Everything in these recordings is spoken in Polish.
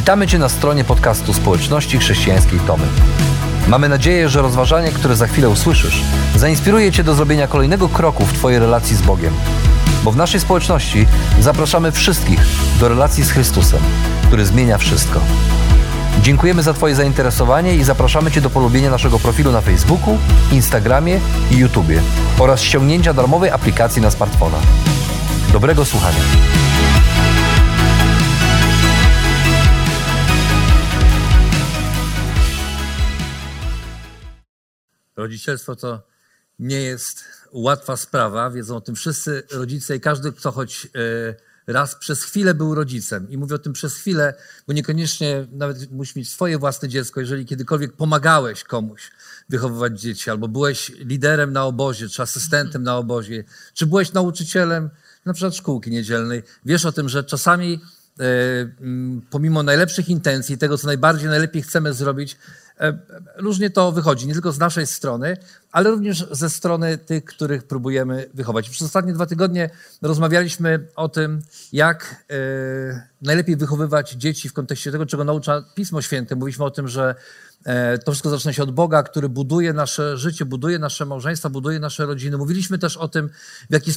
Witamy Cię na stronie podcastu Społeczności Chrześcijańskiej Tomy. Mamy nadzieję, że rozważanie, które za chwilę usłyszysz, zainspiruje Cię do zrobienia kolejnego kroku w Twojej relacji z Bogiem. Bo w naszej społeczności zapraszamy wszystkich do relacji z Chrystusem, który zmienia wszystko. Dziękujemy za Twoje zainteresowanie i zapraszamy Cię do polubienia naszego profilu na Facebooku, Instagramie i YouTubie oraz ściągnięcia darmowej aplikacji na smartfona. Dobrego słuchania. Rodzicielstwo to nie jest łatwa sprawa. Wiedzą o tym wszyscy rodzice i każdy, kto choć raz przez chwilę był rodzicem. I mówię o tym przez chwilę, bo niekoniecznie nawet musisz mieć swoje własne dziecko. Jeżeli kiedykolwiek pomagałeś komuś wychowywać dzieci, albo byłeś liderem na obozie, czy asystentem na obozie, czy byłeś nauczycielem na przykład szkółki niedzielnej, wiesz o tym, że czasami pomimo najlepszych intencji, tego co najlepiej chcemy zrobić, różnie to wychodzi, nie tylko z naszej strony, ale również ze strony tych, których próbujemy wychować. Przez ostatnie 2 tygodnie rozmawialiśmy o tym, jak najlepiej wychowywać dzieci w kontekście tego, czego naucza Pismo Święte. Mówiliśmy o tym, że to wszystko zaczyna się od Boga, który buduje nasze życie, buduje nasze małżeństwa, buduje nasze rodziny. Mówiliśmy też o tym, w jaki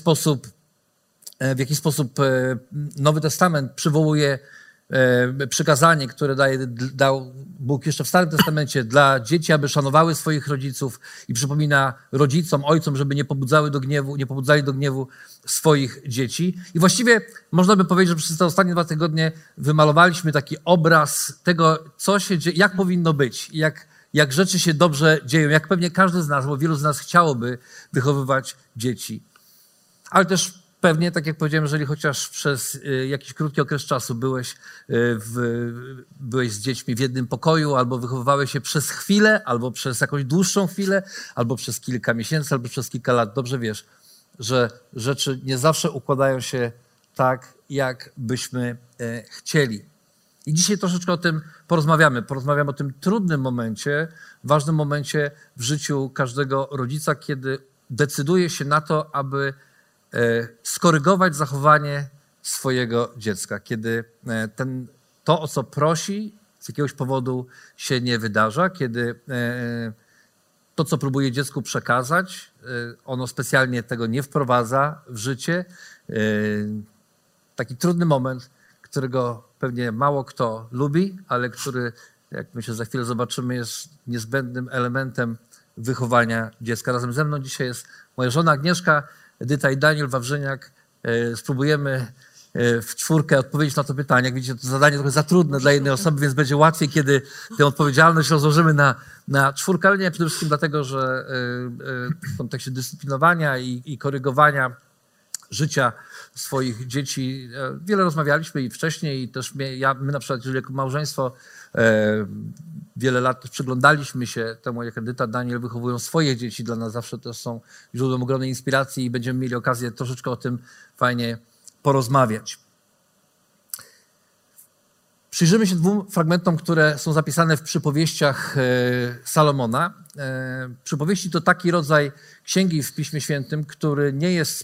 sposób Nowy Testament przywołuje przykazanie, które dał Bóg jeszcze w Starym Testamencie dla dzieci, aby szanowały swoich rodziców i przypomina rodzicom, ojcom, żeby nie pobudzali do gniewu swoich dzieci. I właściwie można by powiedzieć, że przez te ostatnie 2 tygodnie wymalowaliśmy taki obraz tego, co się dzieje, jak powinno być, jak rzeczy się dobrze dzieją, jak pewnie każdy z nas, bo wielu z nas chciałoby wychowywać dzieci. Ale też pewnie, tak jak powiedziałem, jeżeli chociaż przez jakiś krótki okres czasu byłeś z dziećmi w jednym pokoju, albo wychowywałeś się przez chwilę, albo przez jakąś dłuższą chwilę, albo przez kilka miesięcy, albo przez kilka lat, dobrze wiesz, że rzeczy nie zawsze układają się tak, jak byśmy chcieli. I dzisiaj troszeczkę o tym porozmawiamy. Porozmawiamy o tym trudnym momencie, ważnym momencie w życiu każdego rodzica, kiedy decyduje się na to, aby skorygować zachowanie swojego dziecka, kiedy to, o co prosi, z jakiegoś powodu się nie wydarza, kiedy to, co próbuje dziecku przekazać, ono specjalnie tego nie wprowadza w życie. Taki trudny moment, którego pewnie mało kto lubi, ale który, jak myślę, za chwilę zobaczymy, jest niezbędnym elementem wychowania dziecka. Razem ze mną dzisiaj jest moja żona Agnieszka, Edyta i Daniel Wawrzyniak. Spróbujemy w czwórkę odpowiedzieć na to pytanie. Jak widzicie, to zadanie trochę za trudne dla jednej osoby, więc będzie łatwiej, kiedy tę odpowiedzialność rozłożymy na czwórkę, ale nie przede wszystkim dlatego, że w kontekście dyscyplinowania i korygowania życia swoich dzieci wiele rozmawialiśmy i wcześniej, i też my na przykład, jeżeli jako małżeństwo wiele lat przyglądaliśmy się temu, jak Edyta, Daniel wychowują swoje dzieci. Dla nas zawsze to są źródłem ogromnej inspiracji i będziemy mieli okazję troszeczkę o tym fajnie porozmawiać. Przyjrzymy się 2 fragmentom, które są zapisane w przypowieściach Salomona. Przypowieści to taki rodzaj księgi w Piśmie Świętym, który nie jest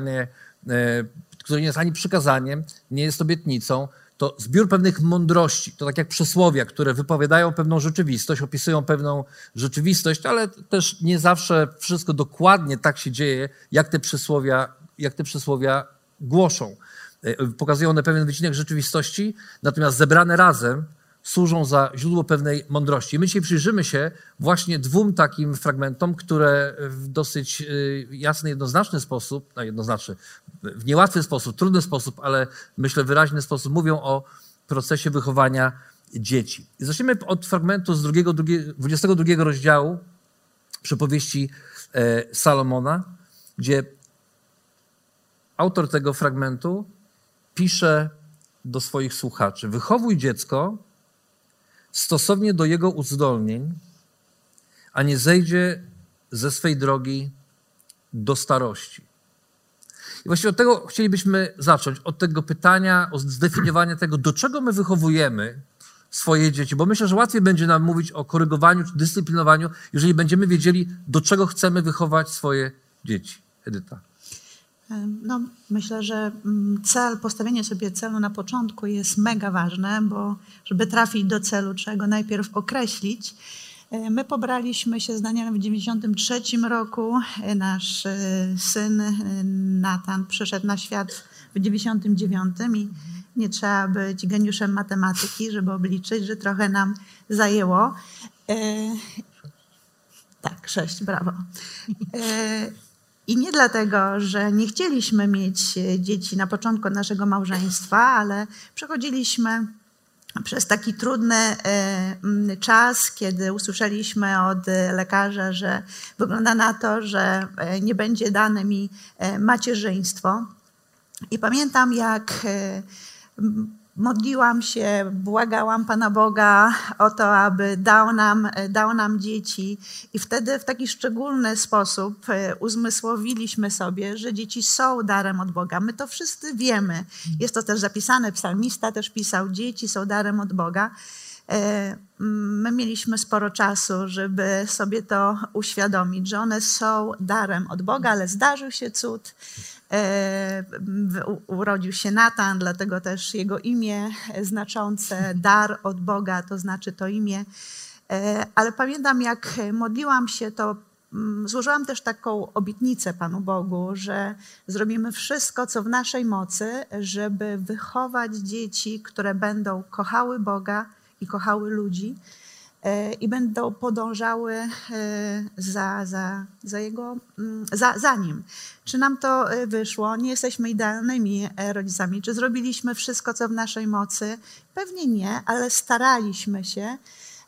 ani przykazaniem, nie jest obietnicą. To zbiór pewnych mądrości, to tak jak przysłowia, które wypowiadają pewną rzeczywistość, opisują pewną rzeczywistość, ale też nie zawsze wszystko dokładnie tak się dzieje, jak te przysłowia głoszą. Pokazują one pewien wycinek rzeczywistości, natomiast zebrane razem służą za źródło pewnej mądrości. I my dzisiaj przyjrzymy się właśnie 2 takim fragmentom, które w dosyć jasny, jednoznaczny sposób, w niełatwy sposób, trudny sposób, ale myślę wyraźny sposób mówią o procesie wychowania dzieci. I zaczniemy od fragmentu z 22 rozdziału przypowieści Salomona, gdzie autor tego fragmentu pisze do swoich słuchaczy: wychowuj dziecko stosownie do jego uzdolnień, a nie zejdzie ze swej drogi do starości. I właściwie od tego chcielibyśmy zacząć, od tego pytania, od zdefiniowania tego, do czego my wychowujemy swoje dzieci, bo myślę, że łatwiej będzie nam mówić o korygowaniu czy dyscyplinowaniu, jeżeli będziemy wiedzieli, do czego chcemy wychować swoje dzieci. Edyta. No, myślę, że postawienie sobie celu na początku jest mega ważne, bo żeby trafić do celu, trzeba go najpierw określić. My pobraliśmy się z Danielem w 1993 roku. Nasz syn Natan przyszedł na świat w 1999 i nie trzeba być geniuszem matematyki, żeby obliczyć, że trochę nam zajęło. Tak, 6, brawo. I nie dlatego, że nie chcieliśmy mieć dzieci na początku naszego małżeństwa, ale przechodziliśmy przez taki trudny czas, kiedy usłyszeliśmy od lekarza, że wygląda na to, że nie będzie dane mi macierzyństwo. I pamiętam, jak modliłam się, błagałam Pana Boga o to, aby dał nam dzieci. I wtedy w taki szczególny sposób uzmysłowiliśmy sobie, że dzieci są darem od Boga. My to wszyscy wiemy. Jest to też zapisane, psalmista też pisał, dzieci są darem od Boga. My mieliśmy sporo czasu, żeby sobie to uświadomić, że one są darem od Boga, ale zdarzył się cud. Urodził się Natan, dlatego też jego imię znaczące dar od Boga, to znaczy to imię. Ale pamiętam, jak modliłam się, to złożyłam też taką obietnicę Panu Bogu, że zrobimy wszystko, co w naszej mocy, żeby wychować dzieci, które będą kochały Boga i kochały ludzi i będą podążały za Nim. Czy nam to wyszło? Nie jesteśmy idealnymi rodzicami. Czy zrobiliśmy wszystko, co w naszej mocy? Pewnie nie, ale staraliśmy się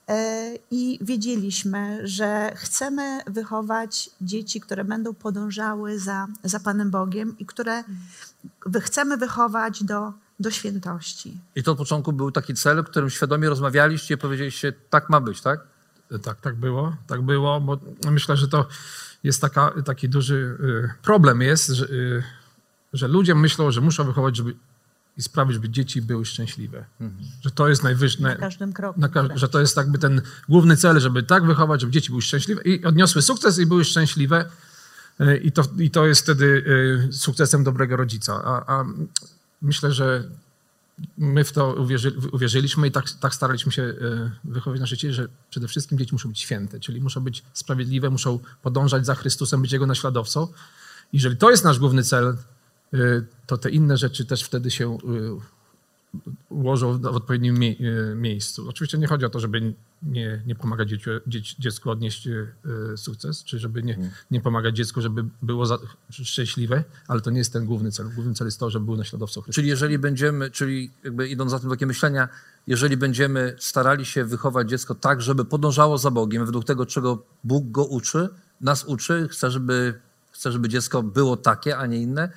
i wiedzieliśmy, że chcemy wychować dzieci, które będą podążały za Panem Bogiem i które chcemy wychować do świętości. I to od początku był taki cel, o którym świadomie rozmawialiście i powiedzieliście, tak ma być, tak? Tak było, bo myślę, że to jest taki duży problem jest, że ludzie myślą, że muszą wychować i sprawić, żeby dzieci były szczęśliwe. Że to jest najwyższe. Na każdym kroku. Że to jest jakby ten główny cel, żeby tak wychować, żeby dzieci były szczęśliwe i odniosły sukces i były szczęśliwe. I to jest wtedy sukcesem dobrego rodzica. A myślę, że my w to uwierzyliśmy i tak staraliśmy się wychować nasze dzieci, że przede wszystkim dzieci muszą być święte, czyli muszą być sprawiedliwe, muszą podążać za Chrystusem, być Jego naśladowcą. Jeżeli to jest nasz główny cel, to te inne rzeczy też wtedy się ułożą w odpowiednim miejscu. Oczywiście nie chodzi o to, żeby nie pomagać dziecku odnieść sukces, czy żeby nie pomagać dziecku, żeby było szczęśliwe, ale to nie jest ten główny cel. Główny cel jest to, żeby był naśladowcą Chrystusa. Czyli jakby idąc za tym tokiem myślenia, jeżeli będziemy starali się wychować dziecko tak, żeby podążało za Bogiem, według tego, czego Bóg go uczy, nas uczy, chce, żeby dziecko było takie, a nie inne,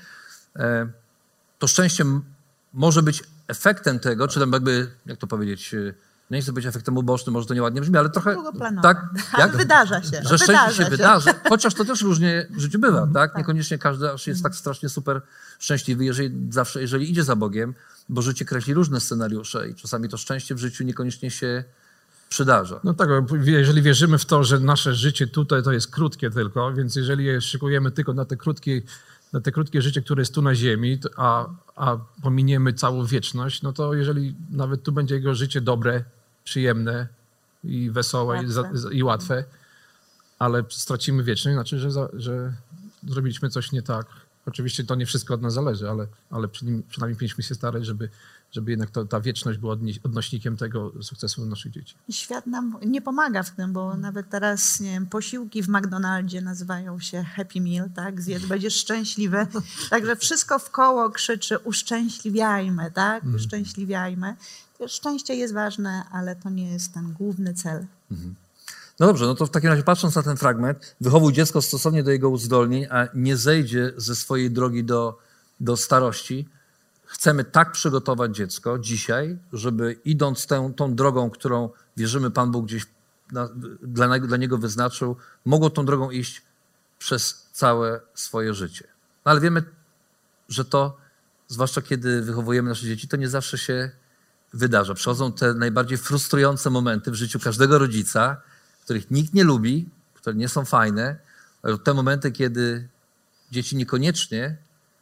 to szczęście może być efektem tego, czy tam jakby, jak to powiedzieć, nie chcę być efektem ubocznym, może to nieładnie brzmi, ale trochę... Tak, jak? Wydarza się. Że szczęście się wydarzy, chociaż to też różnie w życiu bywa, tak? Niekoniecznie każdy aż jest tak strasznie super szczęśliwy, jeżeli idzie za Bogiem, bo życie kreśli różne scenariusze i czasami to szczęście w życiu niekoniecznie się przydarza. No tak, jeżeli wierzymy w to, że nasze życie tutaj to jest krótkie tylko, więc jeżeli je szykujemy tylko na te krótkie życie, które jest tu na ziemi, a pominiemy całą wieczność, no to jeżeli nawet tu będzie jego życie dobre, przyjemne i wesołe i łatwe, ale stracimy wieczność, znaczy, że zrobiliśmy coś nie tak. Oczywiście to nie wszystko od nas zależy, ale przynajmniej powinniśmy się starać, żeby jednak ta wieczność była odnośnikiem tego sukcesu naszych dzieci. Świat nam nie pomaga w tym, bo nawet teraz, nie wiem, posiłki w McDonaldzie nazywają się Happy Meal, tak? Zjedz, będziesz szczęśliwy. Także wszystko w koło krzyczy uszczęśliwiajmy, tak? Uszczęśliwiajmy. Szczęście jest ważne, ale to nie jest ten główny cel. No dobrze, no to w takim razie patrząc na ten fragment, wychowuj dziecko stosownie do jego uzdolnień, a nie zejdzie ze swojej drogi do starości. Chcemy tak przygotować dziecko dzisiaj, żeby idąc tą drogą, którą wierzymy Pan Bóg gdzieś dla niego wyznaczył, mogło tą drogą iść przez całe swoje życie. No ale wiemy, że to, zwłaszcza kiedy wychowujemy nasze dzieci, to nie zawsze się wydarza. Przychodzą te najbardziej frustrujące momenty w życiu każdego rodzica, których nikt nie lubi, które nie są fajne, ale te momenty, kiedy dzieci niekoniecznie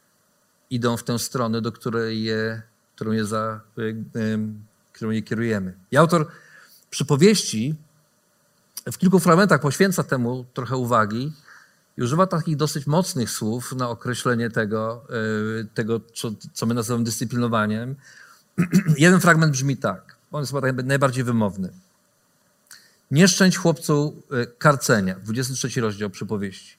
idą w tę stronę, do którą je kierujemy. I autor przypowieści w kilku fragmentach poświęca temu trochę uwagi i używa takich dosyć mocnych słów na określenie tego co my nazywamy dyscyplinowaniem. Jeden fragment brzmi tak, on jest chyba najbardziej wymowny. Nieszczęść chłopcu karcenia, 23 rozdział przypowieści.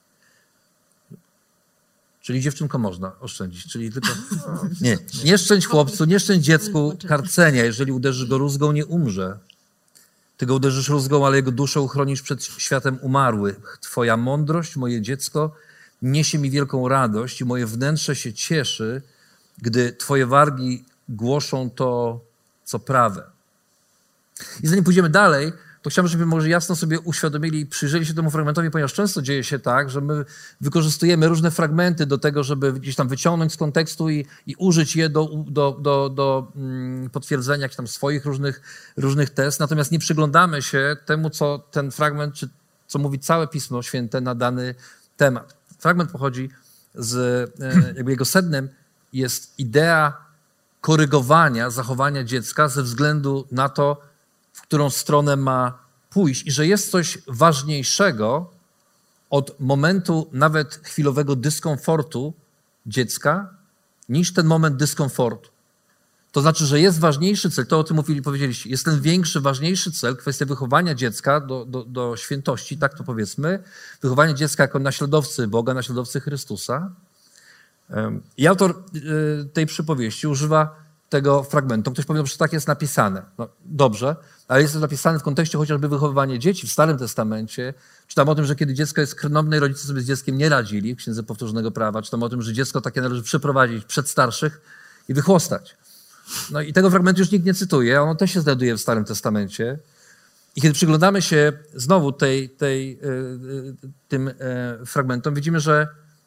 Czyli dziewczynko można oszczędzić, czyli tylko... Nie, nieszczęść chłopcu, nieszczęść dziecku karcenia, jeżeli uderzysz go rózgą, nie umrze. Ty go uderzysz rózgą, ale jego duszę uchronisz przed światem umarłych. Twoja mądrość, moje dziecko, niesie mi wielką radość i moje wnętrze się cieszy, gdy twoje wargi głoszą to, co prawe. I zanim pójdziemy dalej, to chciałbym, żebyśmy może jasno sobie uświadomili i przyjrzeli się temu fragmentowi, ponieważ często dzieje się tak, że my wykorzystujemy różne fragmenty do tego, żeby gdzieś tam wyciągnąć z kontekstu i użyć je do potwierdzenia jakichś tam swoich różnych tez, natomiast nie przyglądamy się temu, co ten fragment, czy co mówi całe Pismo Święte na dany temat. Fragment pochodzi jakby jego sednem jest idea korygowania zachowania dziecka ze względu na to, w którą stronę ma pójść i że jest coś ważniejszego od momentu nawet chwilowego dyskomfortu dziecka niż ten moment dyskomfortu. To znaczy, że jest ważniejszy cel, to o tym powiedzieliście, jest ten większy, ważniejszy cel, kwestia wychowania dziecka do świętości, tak to powiedzmy, wychowanie dziecka jako naśladowcy Boga, naśladowcy Chrystusa. I autor tej przypowieści używa tego fragmentu. Ktoś powiedział, że tak jest napisane. No, dobrze, ale jest to napisane w kontekście chociażby wychowywania dzieci w Starym Testamencie. Czytam o tym, że kiedy dziecko jest krnąbne i rodzice sobie z dzieckiem nie radzili w Księdze Powtórzonego Prawa. Czytam o tym, że dziecko takie należy przeprowadzić przed starszych i wychłostać. No i tego fragmentu już nikt nie cytuje, ono też się znajduje w Starym Testamencie. I kiedy przyglądamy się znowu tym fragmentom, widzimy, że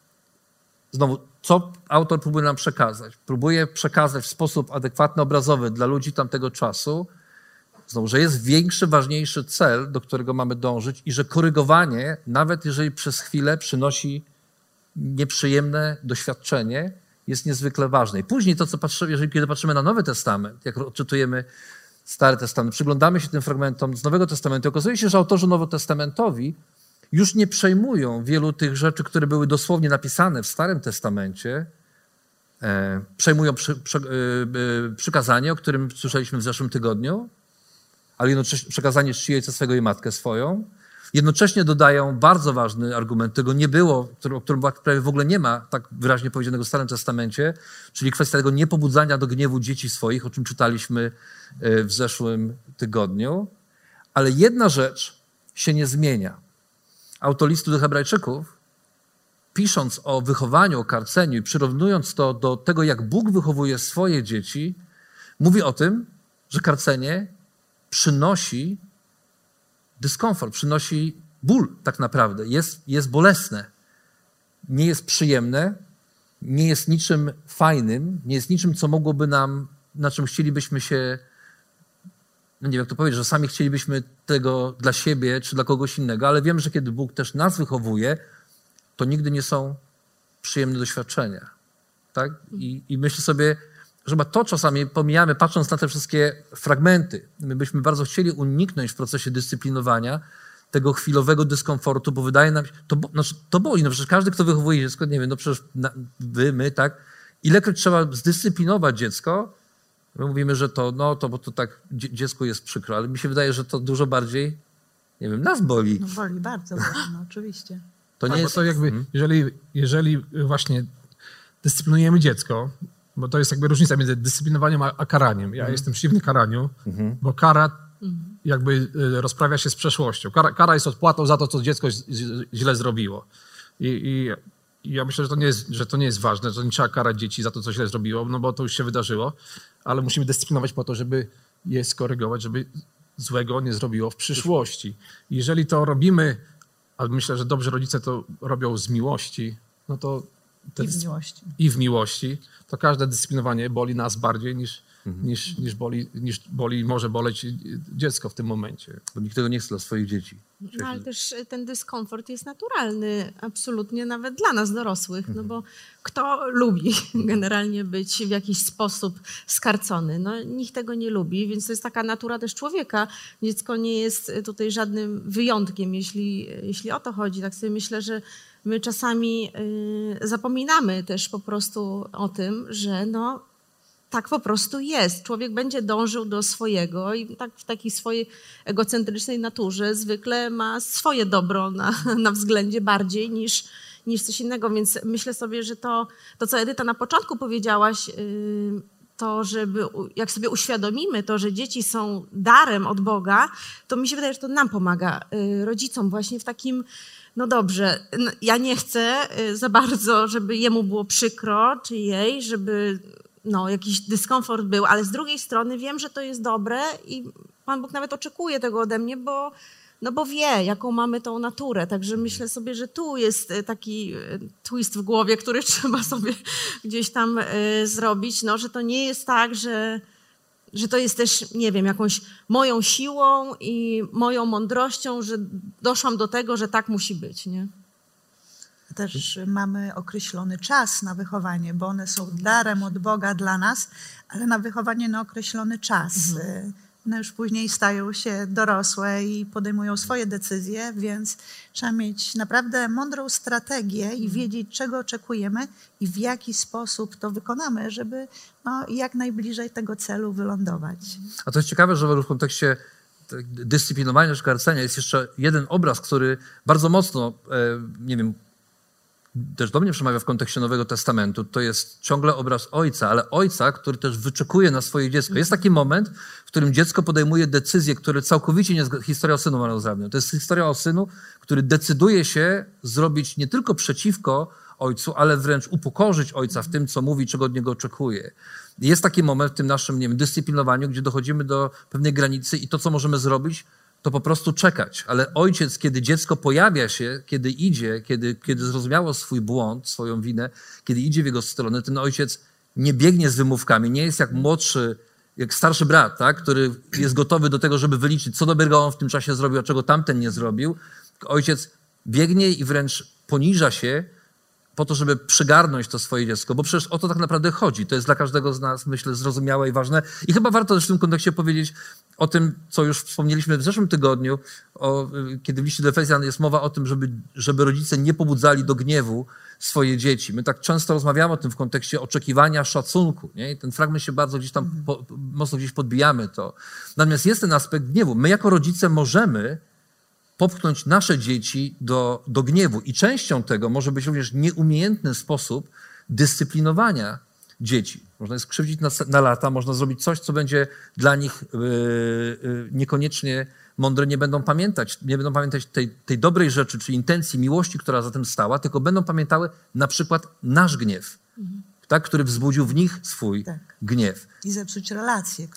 znowu, co autor próbuje nam przekazać? Próbuje przekazać w sposób adekwatny, obrazowy dla ludzi tamtego czasu, znowu, że jest większy, ważniejszy cel, do którego mamy dążyć i że korygowanie, nawet jeżeli przez chwilę przynosi nieprzyjemne doświadczenie, jest niezwykle ważne. I później to, co patrzymy, kiedy patrzymy na Nowy Testament, jak odczytujemy Stary Testament, przyglądamy się tym fragmentom z Nowego Testamentu, okazuje się, że autorzy nowotestamentowi już nie przejmują wielu tych rzeczy, które były dosłownie napisane w Starym Testamencie. Przejmują przykazanie, o którym słyszeliśmy w zeszłym tygodniu, ale jednocześnie przekazanie czci ojca swego i matkę swoją. Jednocześnie dodają bardzo ważny argument, tego nie było, o którym prawie w ogóle nie ma tak wyraźnie powiedzianego w Starym Testamencie, czyli kwestia tego niepobudzania do gniewu dzieci swoich, o czym czytaliśmy w zeszłym tygodniu. Ale jedna rzecz się nie zmienia. Autor listu do Hebrajczyków, pisząc o wychowaniu, o karceniu i przyrównując to do tego, jak Bóg wychowuje swoje dzieci, mówi o tym, że karcenie przynosi dyskomfort, przynosi ból tak naprawdę. Jest bolesne, nie jest przyjemne, nie jest niczym fajnym, nie jest niczym, co mogłoby nam, na czym chcielibyśmy się, no nie wiem jak to powiedzieć, że sami chcielibyśmy tego dla siebie czy dla kogoś innego, ale wiem, że kiedy Bóg też nas wychowuje, to nigdy nie są przyjemne doświadczenia. Tak? I myślę sobie, że chyba to czasami pomijamy, patrząc na te wszystkie fragmenty. My byśmy bardzo chcieli uniknąć w procesie dyscyplinowania tego chwilowego dyskomfortu, bo wydaje nam się, to boli. No przecież każdy, kto wychowuje dziecko, nie wiem, no przecież my, tak? Ilekroć trzeba zdyscyplinować dziecko, my mówimy, że bo to tak dziecku jest przykro, ale mi się wydaje, że to dużo bardziej, nie wiem, nas boli. No boli, bardzo boli, no oczywiście. To nie jest... Bo to jakby, jeżeli właśnie dyscyplinujemy dziecko, bo to jest jakby różnica między dyscyplinowaniem a karaniem. Ja jestem przeciwny karaniu, bo kara jakby rozprawia się z przeszłością. Kara jest odpłatą za to, co dziecko źle zrobiło. I ja myślę, że to nie jest ważne, że nie trzeba karać dzieci za to, co źle zrobiło, no bo to już się wydarzyło, ale musimy dyscyplinować po to, żeby je skorygować, żeby złego nie zrobiło w przyszłości. Jeżeli to robimy, a myślę, że dobrze rodzice to robią z miłości, no to... I w miłości. I w miłości, to każde dyscyplinowanie boli nas bardziej niż może boleć dziecko w tym momencie. Bo nikt tego nie chce dla swoich dzieci. No, ale też ten dyskomfort jest naturalny, absolutnie nawet dla nas dorosłych, no bo kto lubi generalnie być w jakiś sposób skarcony? No nikt tego nie lubi, więc to jest taka natura też człowieka. Dziecko nie jest tutaj żadnym wyjątkiem, jeśli o to chodzi. Tak sobie myślę, że my czasami zapominamy też po prostu o tym, że no tak po prostu jest. Człowiek będzie dążył do swojego i tak w takiej swojej egocentrycznej naturze zwykle ma swoje dobro na względzie bardziej niż coś innego. Więc myślę sobie, że to co Edyta na początku powiedziałaś, to żeby, jak sobie uświadomimy to, że dzieci są darem od Boga, to mi się wydaje, że to nam pomaga, rodzicom właśnie w takim, no dobrze, ja nie chcę za bardzo, żeby jemu było przykro, czy jej, żeby jakiś dyskomfort był, ale z drugiej strony wiem, że to jest dobre i Pan Bóg nawet oczekuje tego ode mnie, bo wie, jaką mamy tą naturę. Także myślę sobie, że tu jest taki twist w głowie, który trzeba sobie gdzieś tam zrobić, że to nie jest tak, że to jest też, nie wiem, jakąś moją siłą i moją mądrością, że doszłam do tego, że tak musi być, nie? Też mamy określony czas na wychowanie, bo one są darem od Boga dla nas, ale na wychowanie na określony czas. One już później stają się dorosłe i podejmują swoje decyzje, więc trzeba mieć naprawdę mądrą strategię i wiedzieć, czego oczekujemy i w jaki sposób to wykonamy, żeby jak najbliżej tego celu wylądować. A to jest ciekawe, że w kontekście dyscyplinowania czy karcenia jest jeszcze jeden obraz, który bardzo mocno, nie wiem, też do mnie przemawia w kontekście Nowego Testamentu. To jest ciągle obraz ojca, ale ojca, który też wyczekuje na swoje dziecko. Jest taki moment, w którym dziecko podejmuje decyzje, które całkowicie nie jest historia o synu marnotrawnym. To jest historia o synu, który decyduje się zrobić nie tylko przeciwko ojcu, ale wręcz upokorzyć ojca w tym, co mówi, czego od niego oczekuje. Jest taki moment w tym naszym, nie wiem, dyscyplinowaniu, gdzie dochodzimy do pewnej granicy i to, co możemy zrobić, to po prostu czekać. Ale ojciec, kiedy dziecko pojawia się, kiedy idzie, kiedy zrozumiało swój błąd, swoją winę, kiedy idzie w jego stronę, ten ojciec nie biegnie z wymówkami, nie jest jak starszy brat, tak, który jest gotowy do tego, żeby wyliczyć, co dobrego on w tym czasie zrobił, a czego tamten nie zrobił. Ojciec biegnie i wręcz poniża się po to, żeby przygarnąć to swoje dziecko, bo przecież o to tak naprawdę chodzi. To jest dla każdego z nas, myślę, zrozumiałe i ważne. I chyba warto też w tym kontekście powiedzieć o tym, co już wspomnieliśmy w zeszłym tygodniu, kiedy w liście do Efezjan jest mowa o tym, żeby rodzice nie pobudzali do gniewu swoje dzieci. My tak często rozmawiamy o tym w kontekście oczekiwania szacunku, nie? I ten fragment się bardzo gdzieś tam, mocno gdzieś podbijamy to. Natomiast jest ten aspekt gniewu. My jako rodzice możemy popchnąć nasze dzieci do gniewu. I częścią tego może być również nieumiejętny sposób dyscyplinowania dzieci. Można je skrzywdzić na lata, można zrobić coś, co będzie dla nich niekoniecznie mądre, nie będą pamiętać tej dobrej rzeczy, czy intencji, miłości, która za tym stała, tylko będą pamiętały na przykład nasz gniew, tak, który wzbudził w nich swój gniew. I zepsuć relacje.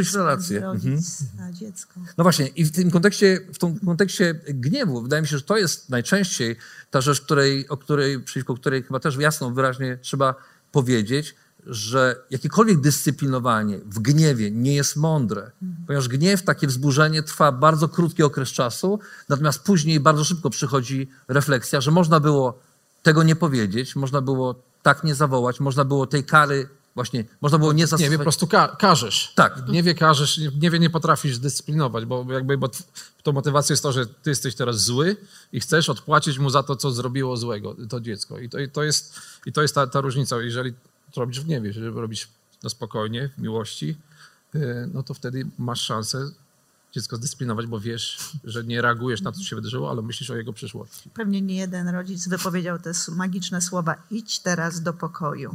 Rodzic na dziecko. No właśnie, i w tym kontekście gniewu wydaje mi się, że to jest najczęściej ta rzecz, przeciwko której chyba też jasno, wyraźnie trzeba powiedzieć, że jakiekolwiek dyscyplinowanie w gniewie nie jest mądre, ponieważ gniew, takie wzburzenie trwa bardzo krótki okres czasu, natomiast później bardzo szybko przychodzi refleksja, że można było tego nie powiedzieć, można było tak nie zawołać, można było tej kary właśnie, można było nie zastosować. Nie, po prostu karzesz. Tak. W gniewie karzesz, w gniewie nie potrafisz dyscyplinować, bo tą motywacją jest to, że ty jesteś teraz zły i chcesz odpłacić mu za to, co zrobiło złego to dziecko. I to jest ta różnica. Jeżeli to robisz w gniewie, jeżeli robisz na spokojnie, w miłości, no to wtedy masz szansę dziecko zdyscyplinować, bo wiesz, że nie reagujesz na to, co się wydarzyło, ale myślisz o jego przyszłości. Pewnie nie jeden rodzic wypowiedział te magiczne słowa: idź teraz do pokoju.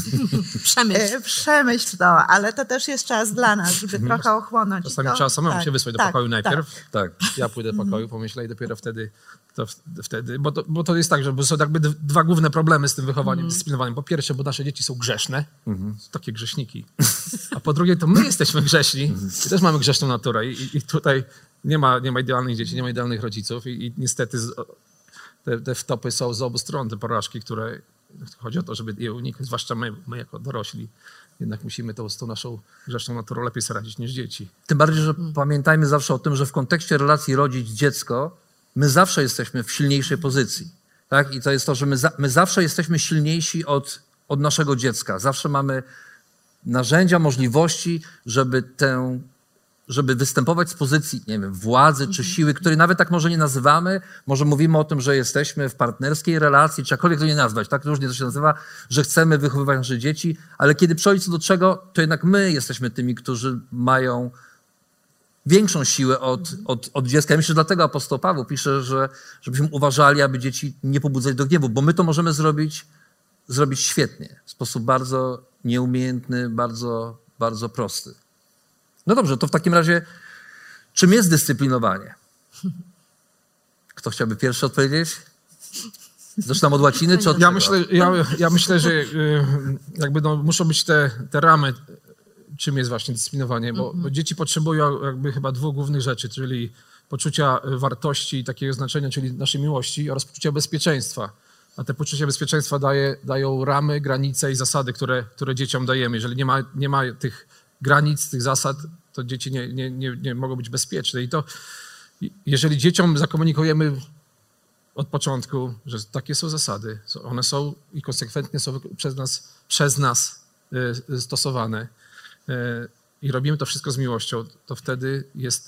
Przemyśl to, ale to też jest czas dla nas, żeby trochę ochłonąć. Czasami trzeba samemu się wysłać do pokoju najpierw. Tak. Ja pójdę do pokoju, pomyślę i dopiero wtedy, bo to jest tak, że są jakby dwa główne problemy z tym wychowaniem, dyscyplinowaniem. Po pierwsze, bo nasze dzieci są grzeszne, takie grześniki. A po drugie, to my jesteśmy grzeszni i też mamy grzeszną naturę. I tutaj nie ma idealnych dzieci, nie ma idealnych rodziców i niestety te wtopy są z obu stron, te porażki, które Chodzi o to, żeby je uniknąć, zwłaszcza my jako dorośli. Jednak musimy z tą naszą grzeszną naturą lepiej sobie radzić niż dzieci. Tym bardziej, że pamiętajmy zawsze o tym, że w kontekście relacji rodzic-dziecko my zawsze jesteśmy w silniejszej pozycji. Tak? I to jest to, że my zawsze jesteśmy silniejsi od naszego dziecka. Zawsze mamy narzędzia, możliwości, żeby występować z pozycji, nie wiem, władzy czy siły, której nawet tak może nie nazywamy. Może mówimy o tym, że jesteśmy w partnerskiej relacji, czy jakkolwiek to nie nazwać, tak różnie to się nazywa, że chcemy wychowywać nasze dzieci, ale kiedy przychodzi co do czego, to jednak my jesteśmy tymi, którzy mają większą siłę od dziecka. Ja myślę, że dlatego apostoł Paweł pisze, żebyśmy uważali, aby dzieci nie pobudzać do gniewu, bo my to możemy zrobić świetnie, w sposób bardzo nieumiejętny, bardzo, bardzo prosty. No dobrze, to w takim razie czym jest dyscyplinowanie? Kto chciałby pierwszy odpowiedzieć? Zaczynam od łaciny czy od Ja czego? myślę, że jakby muszą być te ramy, czym jest właśnie dyscyplinowanie, bo dzieci potrzebują jakby chyba dwóch głównych rzeczy, czyli poczucia wartości i takiego znaczenia, czyli naszej miłości oraz poczucia bezpieczeństwa. A te poczucie bezpieczeństwa dają ramy, granice i zasady, które dzieciom dajemy. Jeżeli nie ma tych granic, tych zasad, to dzieci nie mogą być bezpieczne. I to, jeżeli dzieciom zakomunikujemy od początku, że takie są zasady, one są i konsekwentnie są przez nas stosowane i robimy to wszystko z miłością, to wtedy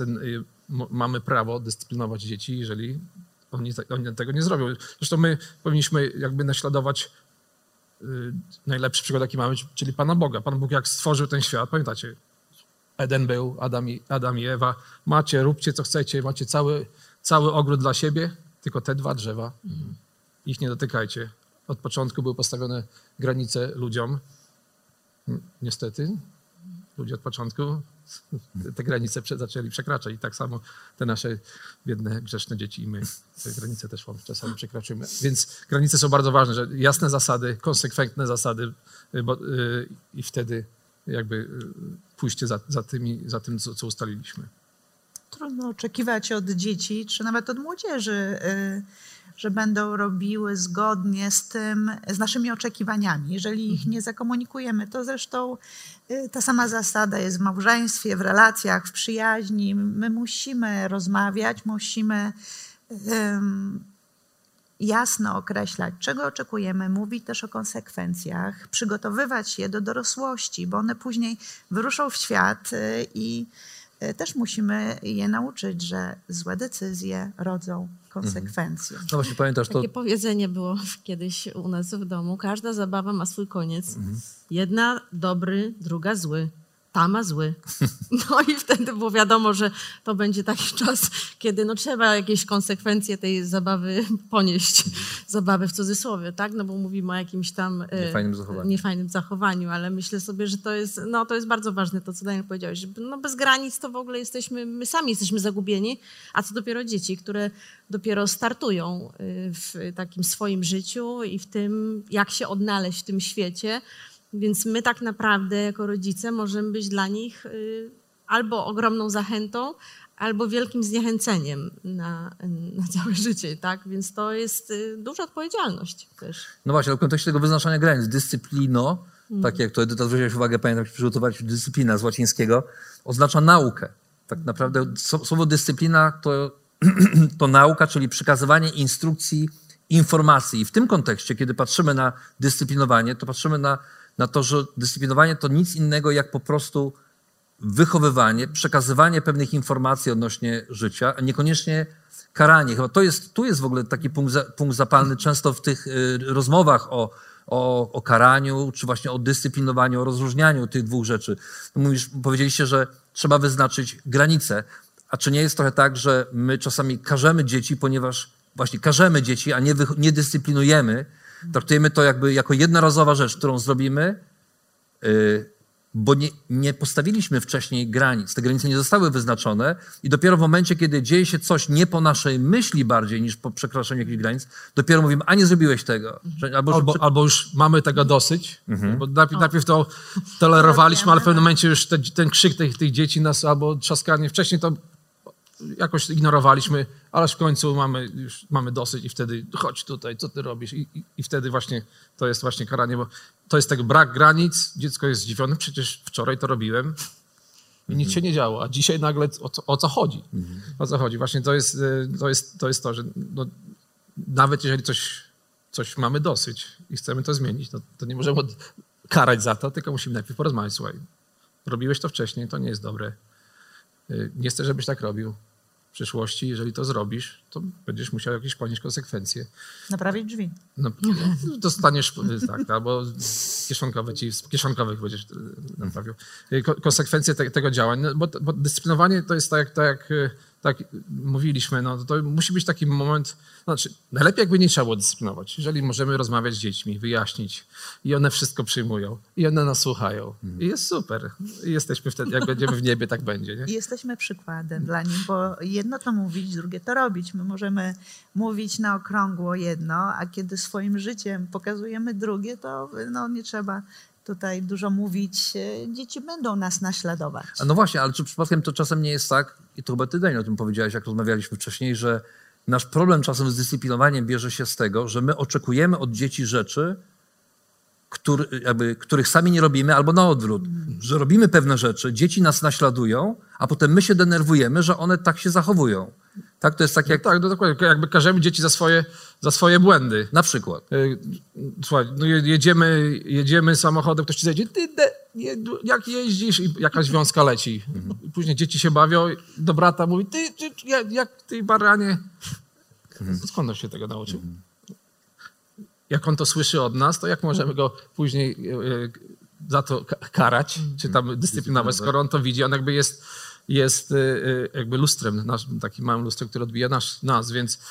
mamy prawo dyscyplinować dzieci, jeżeli oni tego nie zrobią. Zresztą my powinniśmy jakby naśladować najlepszy przykład, jaki mamy, czyli Pana Boga. Pan Bóg jak stworzył ten świat, pamiętacie, Eden był, Adam i Ewa, róbcie co chcecie, macie cały ogród dla siebie, tylko te 2 drzewa, ich nie dotykajcie. Od początku były postawione granice ludziom. Niestety, ludzie od początku te granice zaczęli przekraczać i tak samo te nasze biedne, grzeszne dzieci i my te granice też czasami przekraczamy. Więc granice są bardzo ważne, że jasne zasady, konsekwentne zasady i wtedy jakby pójście za tym, co ustaliliśmy. Trudno oczekiwać od dzieci, czy nawet od młodzieży, że będą robiły zgodnie z naszymi oczekiwaniami. Jeżeli ich nie zakomunikujemy, to zresztą ta sama zasada jest w małżeństwie, w relacjach, w przyjaźni. My musimy rozmawiać, musimy jasno określać, czego oczekujemy, mówić też o konsekwencjach, przygotowywać je do dorosłości, bo one później wyruszą w świat i też musimy je nauczyć, że złe decyzje rodzą konsekwencje. No właśnie pamiętasz to. Takie powiedzenie było kiedyś u nas w domu. Każda zabawa ma swój koniec. Jedna dobry, druga zły. Ta ma zły. No i wtedy było wiadomo, że to będzie taki czas, kiedy trzeba jakieś konsekwencje tej zabawy ponieść. Zabawy w cudzysłowie, tak? No bo mówimy o jakimś tam niefajnym zachowaniu, ale myślę sobie, że to jest bardzo ważne, to co Daniel powiedziałeś, że bez granic to w ogóle my sami jesteśmy zagubieni, a co dopiero dzieci, które dopiero startują w takim swoim życiu i w tym, jak się odnaleźć w tym świecie. Więc my tak naprawdę jako rodzice możemy być dla nich albo ogromną zachętą, albo wielkim zniechęceniem na całe życie, tak? Więc to jest duża odpowiedzialność też. No właśnie, ale w kontekście tego wyznaczania granic, dyscyplino, tak jak to Edyta zwróciłaś uwagę, pamiętam, jak przygotować dyscyplina z łacińskiego, oznacza naukę. Tak naprawdę słowo dyscyplina to nauka, czyli przekazywanie instrukcji, informacji. I w tym kontekście, kiedy patrzymy na dyscyplinowanie, to patrzymy na to, że dyscyplinowanie to nic innego jak po prostu wychowywanie, przekazywanie pewnych informacji odnośnie życia, a niekoniecznie karanie. Chyba tu jest w ogóle taki punkt zapalny często w tych rozmowach o karaniu, czy właśnie o dyscyplinowaniu, o rozróżnianiu tych dwóch rzeczy. Powiedzieliście, że trzeba wyznaczyć granice, a czy nie jest trochę tak, że my czasami karzemy dzieci, ponieważ właśnie karzemy dzieci, a nie dyscyplinujemy, traktujemy to jakby jako jednorazowa rzecz, którą zrobimy, bo nie postawiliśmy wcześniej granic. Te granice nie zostały wyznaczone i dopiero w momencie, kiedy dzieje się coś nie po naszej myśli bardziej niż po przekroczeniu jakichś granic, dopiero mówimy, a nie zrobiłeś tego. Albo już mamy tego dosyć, bo najpierw to tolerowaliśmy, ale w pewnym momencie już ten krzyk tych dzieci nas albo trzaskanie, wcześniej to jakoś ignorowaliśmy, ale w końcu już mamy dosyć i wtedy chodź tutaj, co ty robisz? I wtedy właśnie to jest właśnie karanie, bo to jest tak brak granic, dziecko jest zdziwione, przecież wczoraj to robiłem i nic się nie działo, a dzisiaj nagle o co chodzi? O co chodzi? Właśnie to jest to, że no, nawet jeżeli coś mamy dosyć i chcemy to zmienić, no, to nie możemy karać za to, tylko musimy najpierw porozmawiać. Słuchaj, robiłeś to wcześniej, to nie jest dobre. Nie chcę, żebyś tak robił w przyszłości. Jeżeli to zrobisz, to będziesz musiał jakieś ponieść konsekwencje. Naprawić drzwi. No, dostaniesz, tak, albo kieszonkowych będziesz naprawił. Konsekwencje tego działań, no, bo dyscyplinowanie to jest tak mówiliśmy, no to musi być taki moment, znaczy najlepiej jakby nie trzeba było dyscyplinować. Jeżeli możemy rozmawiać z dziećmi, wyjaśnić i one wszystko przyjmują i one nas słuchają i jest super. I jesteśmy wtedy, jak będziemy w niebie, tak będzie. Nie? I jesteśmy przykładem dla nich, bo jedno to mówić, drugie to robić. My możemy mówić na okrągło jedno, a kiedy swoim życiem pokazujemy drugie, to no, nie trzeba tutaj dużo mówić. Dzieci będą nas naśladować. A no właśnie, ale czy przypadkiem to czasem nie jest tak, i to chyba ty, Daniel, o tym powiedziałeś, jak rozmawialiśmy wcześniej, że nasz problem czasem z dyscyplinowaniem bierze się z tego, że my oczekujemy od dzieci rzeczy, których sami nie robimy, albo na odwrót, że robimy pewne rzeczy, dzieci nas naśladują, a potem my się denerwujemy, że one tak się zachowują. Tak, to jest tak jak... No tak, no dokładnie, jakby karzemy dzieci za swoje błędy. Na przykład. Słuchaj, no jedziemy samochodem, ktoś ci zejdzie, jak jeździsz i jakaś wiązka leci. Później dzieci się bawią, do brata mówi, jak ty baranie. Skąd on się tego nauczył? Jak on to słyszy od nas, to jak możemy go później za to karać, czy tam dyscyplinować, skoro on to widzi, on jakby jest jakby lustrem, takim małym lustrem, który odbija nas, więc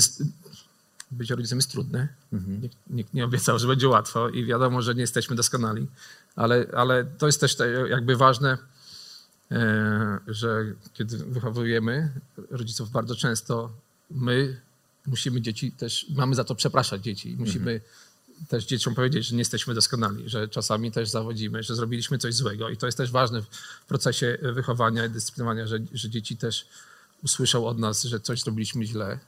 być rodzicem jest trudne. Nikt nie obiecał, że będzie łatwo i wiadomo, że nie jesteśmy doskonali, ale to jest też jakby ważne, że kiedy wychowujemy rodziców, bardzo często my musimy dzieci też, mamy za to przepraszać dzieci. Musimy też dzieciom powiedzieć, że nie jesteśmy doskonali, że czasami też zawodzimy, że zrobiliśmy coś złego i to jest też ważne w procesie wychowania i dyscyplinowania, że dzieci też usłyszą od nas, że coś zrobiliśmy źle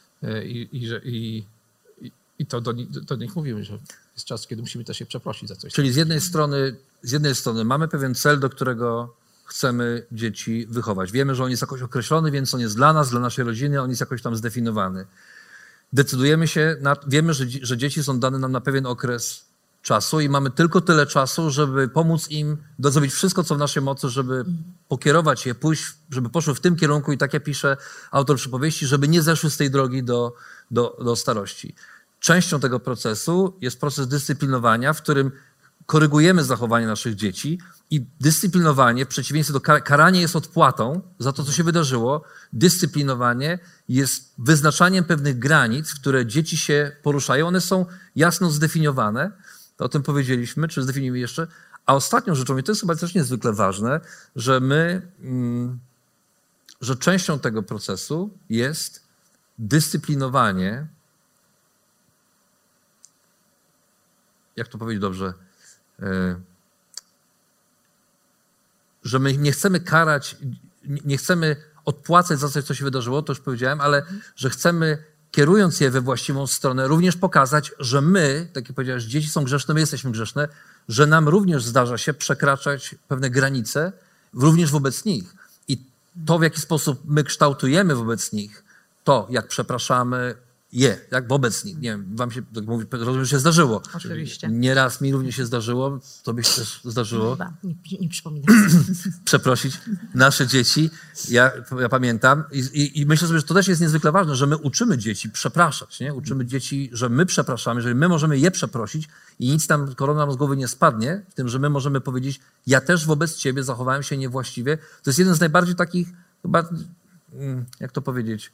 i to do nich mówimy, że jest czas, kiedy musimy też je przeprosić za coś. Czyli z jednej strony mamy pewien cel, do którego chcemy dzieci wychować. Wiemy, że on jest jakoś określony, więc on jest dla nas, dla naszej rodziny, on jest jakoś tam zdefiniowany. Decydujemy się, wiemy, że dzieci są dane nam na pewien okres czasu i mamy tylko tyle czasu, żeby pomóc im zrobić wszystko, co w naszej mocy, żeby pokierować je, pójść, żeby poszły w tym kierunku i tak jak pisze autor przypowieści, żeby nie zeszły z tej drogi do starości. Częścią tego procesu jest proces dyscyplinowania, w którym korygujemy zachowanie naszych dzieci i dyscyplinowanie, w przeciwieństwie do karania jest odpłatą za to, co się wydarzyło. Dyscyplinowanie jest wyznaczaniem pewnych granic, w które dzieci się poruszają. One są jasno zdefiniowane. To o tym powiedzieliśmy, czy zdefiniujemy jeszcze. A ostatnią rzeczą, i to jest chyba też niezwykle ważne, że częścią tego procesu jest dyscyplinowanie, jak to powiedzieć dobrze, że my nie chcemy karać, nie chcemy odpłacać za coś, co się wydarzyło, to już powiedziałem, ale że chcemy, kierując je we właściwą stronę, również pokazać, że my, tak jak powiedziałeś, dzieci są grzeszne, my jesteśmy grzeszne, że nam również zdarza się przekraczać pewne granice, również wobec nich. I to, w jaki sposób my kształtujemy wobec nich, to, jak przepraszamy jak wobec nich. Nie wiem, wam się, rozumiem, że się zdarzyło. Oczywiście. Nieraz mi również się zdarzyło, tobie się też zdarzyło. Chyba, nie przypominam. Przeprosić nasze dzieci. Ja pamiętam i myślę sobie, że to też jest niezwykle ważne, że my uczymy dzieci przepraszać. Nie? Uczymy dzieci, że my przepraszamy, że my możemy je przeprosić i nic tam, korona nam z głowy nie spadnie, w tym, że my możemy powiedzieć, ja też wobec ciebie zachowałem się niewłaściwie. To jest jeden z najbardziej takich, chyba, jak to powiedzieć,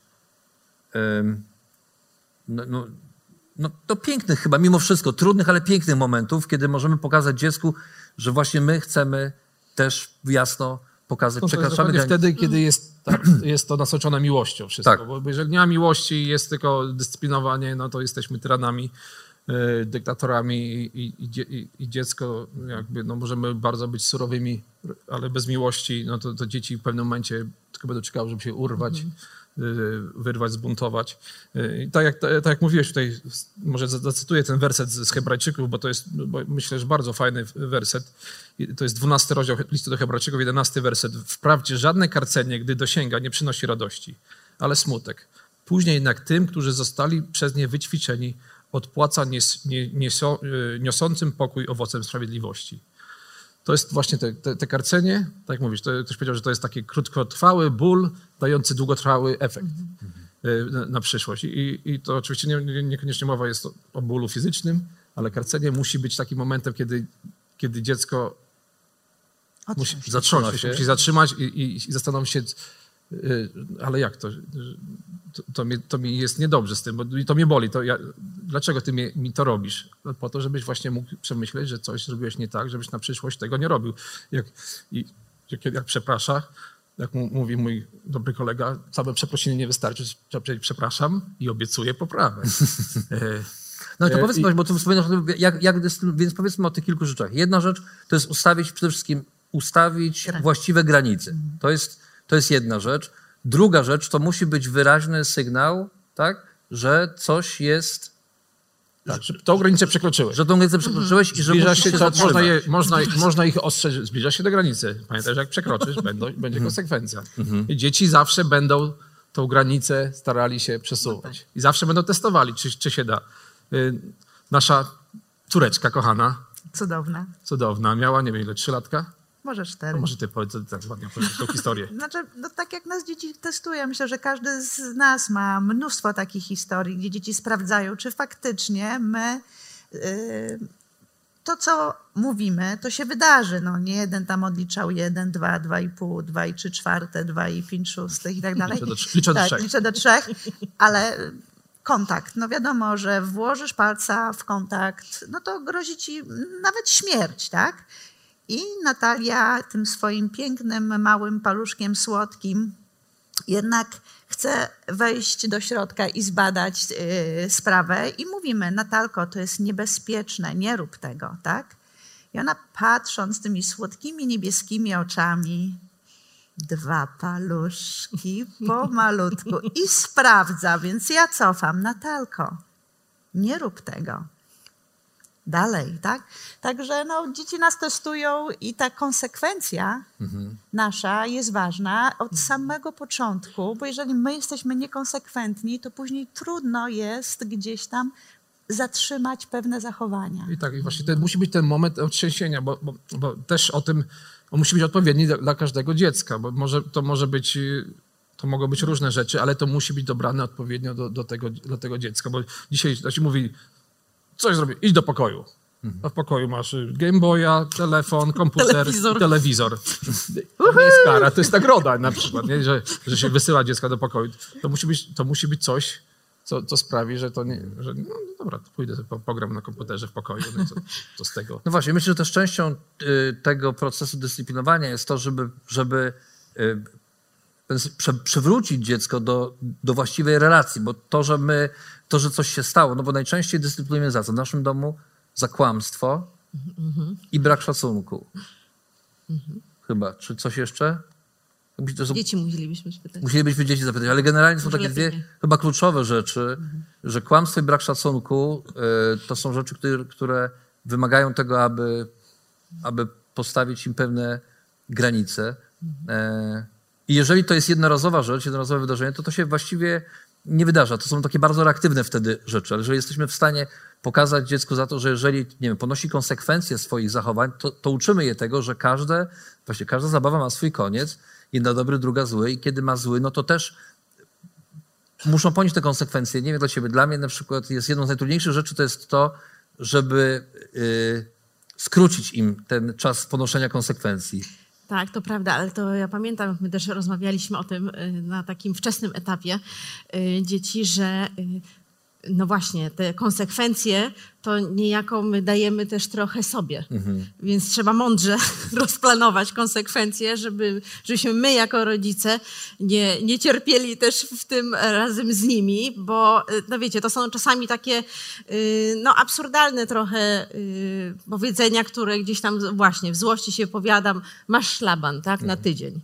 to pięknych chyba, mimo wszystko, trudnych, ale pięknych momentów, kiedy możemy pokazać dziecku, że właśnie my chcemy też jasno pokazać, przekraczamy granice. Wtedy, kiedy jest to nasoczone miłością wszystko, tak. Bo jeżeli nie ma miłości, jest tylko dyscyplinowanie, no to jesteśmy tyranami, dyktatorami i dziecko jakby, no możemy bardzo być surowymi, ale bez miłości, no to dzieci w pewnym momencie tylko będą czekały, żeby się urwać wyrwać, zbuntować. Tak jak mówiłeś tutaj, może zacytuję ten werset z Hebrajczyków, bo to jest, myślę, że bardzo fajny werset. To jest 12 rozdział listu do Hebrajczyków, 11 werset. Wprawdzie żadne karcenie, gdy dosięga, nie przynosi radości, ale smutek. Później jednak tym, którzy zostali przez nie wyćwiczeni, odpłaca niosącym pokój owocem sprawiedliwości. To jest właśnie te karcenie, tak jak mówisz, ktoś powiedział, że to jest taki krótkotrwały ból, dający długotrwały efekt na przyszłość. I to oczywiście niekoniecznie mowa jest o bólu fizycznym, ale karcenie musi być takim momentem, kiedy dziecko musi zatrzymać i zastanowić się, ale jak to? To mi jest niedobrze z tym, bo to mnie boli. Dlaczego ty mi to robisz? No po to, żebyś właśnie mógł przemyśleć, że coś zrobiłeś nie tak, żebyś na przyszłość tego nie robił. Jak przeprasza, jak mówi mój dobry kolega, same przeprosiny nie wystarczy, trzeba powiedzieć przepraszam i obiecuję poprawę. No to powiedzmy, bo tu wspominasz, więc powiedzmy o tych kilku rzeczach. Jedna rzecz to jest przede wszystkim ustawić właściwe granice. To jest jedna rzecz. Druga rzecz to musi być wyraźny sygnał, tak, że coś jest... Tak, że tą granicę przekroczyłeś. Że tą granicę przekroczyłeś i że musisz się zatrzymać. Można ich ostrzec, zbliżasz się do granicy. Pamiętaj, że jak przekroczysz, będzie konsekwencja. I dzieci zawsze będą tą granicę starali się przesuwać. I zawsze będą testowali, czy się da. Nasza córeczka kochana. Cudowna. Miała, nie wiem ile, 3 latka? Może 4. No może ty powiedz, tak ładnie opowiedzieć tą historię. Znaczy, no tak jak nas dzieci testują, myślę, że każdy z nas ma mnóstwo takich historii, gdzie dzieci sprawdzają, czy faktycznie my to, co mówimy, to się wydarzy. No, nie jeden tam odliczał 1, 2, 2,5, 2,3, 2,5 i tak dalej. Liczę do 3, ale kontakt. No wiadomo, że włożysz palca w kontakt, no to grozi ci nawet śmierć, tak? I Natalia tym swoim pięknym, małym paluszkiem słodkim jednak chce wejść do środka i zbadać sprawę. I mówimy, Natalko, to jest niebezpieczne, nie rób tego, tak? I ona patrząc tymi słodkimi, niebieskimi oczami, 2 paluszki pomalutku i sprawdza, więc ja cofam, Natalko, nie rób tego. Dalej, tak? Także no, dzieci nas testują i ta konsekwencja nasza jest ważna od samego początku, bo jeżeli my jesteśmy niekonsekwentni, to później trudno jest gdzieś tam zatrzymać pewne zachowania. I tak, i właśnie to musi być ten moment otrzęsienia, bo też on musi być odpowiedni dla każdego dziecka, bo to mogą być różne rzeczy, ale to musi być dobrane odpowiednio do tego dziecka, bo dzisiaj się mówi, coś zrobię, idź do pokoju. A w pokoju masz Game Boya, telefon, komputer, telewizor. To nie jest kara, to jest nagroda na przykład, nie? Że się wysyła dziecka do pokoju. To musi być coś, co sprawi, że to nie... Że, no dobra, to pójdę, pogram na komputerze w pokoju. No co z tego? No właśnie, myślę, że też częścią tego procesu dyscyplinowania jest to, żeby przywrócić dziecko do właściwej relacji, bo to, że coś się stało, no bo najczęściej dyscyplinujemy za co? W naszym domu za kłamstwo i brak szacunku. Chyba. Czy coś jeszcze? Dzieci musielibyśmy spytać. Musielibyśmy dzieci zapytać, ale generalnie są takie dwie chyba kluczowe rzeczy, że kłamstwo i brak szacunku to są rzeczy, które wymagają tego, aby postawić im pewne granice. I jeżeli to jest jednorazowa rzecz, jednorazowe wydarzenie, to się właściwie nie wydarza. To są takie bardzo reaktywne wtedy rzeczy, ale jeżeli jesteśmy w stanie pokazać dziecku za to, że jeżeli ponosi konsekwencje swoich zachowań, to uczymy je tego, że każda zabawa ma swój koniec, jedna dobry, druga zły i kiedy ma zły, no to też muszą ponieść te konsekwencje. Nie wiem dla ciebie, dla mnie na przykład jest jedną z najtrudniejszych rzeczy to jest to, żeby skrócić im ten czas ponoszenia konsekwencji. Tak, to prawda, ale to ja pamiętam, my też rozmawialiśmy o tym na takim wczesnym etapie dzieci, że no właśnie, te konsekwencje to niejako my dajemy też trochę sobie. Więc trzeba mądrze rozplanować konsekwencje, żebyśmy my jako rodzice nie cierpieli też w tym razem z nimi, bo no wiecie, to są czasami takie no absurdalne trochę powiedzenia, które gdzieś tam właśnie w złości się powiadam, masz szlaban, tak, na tydzień.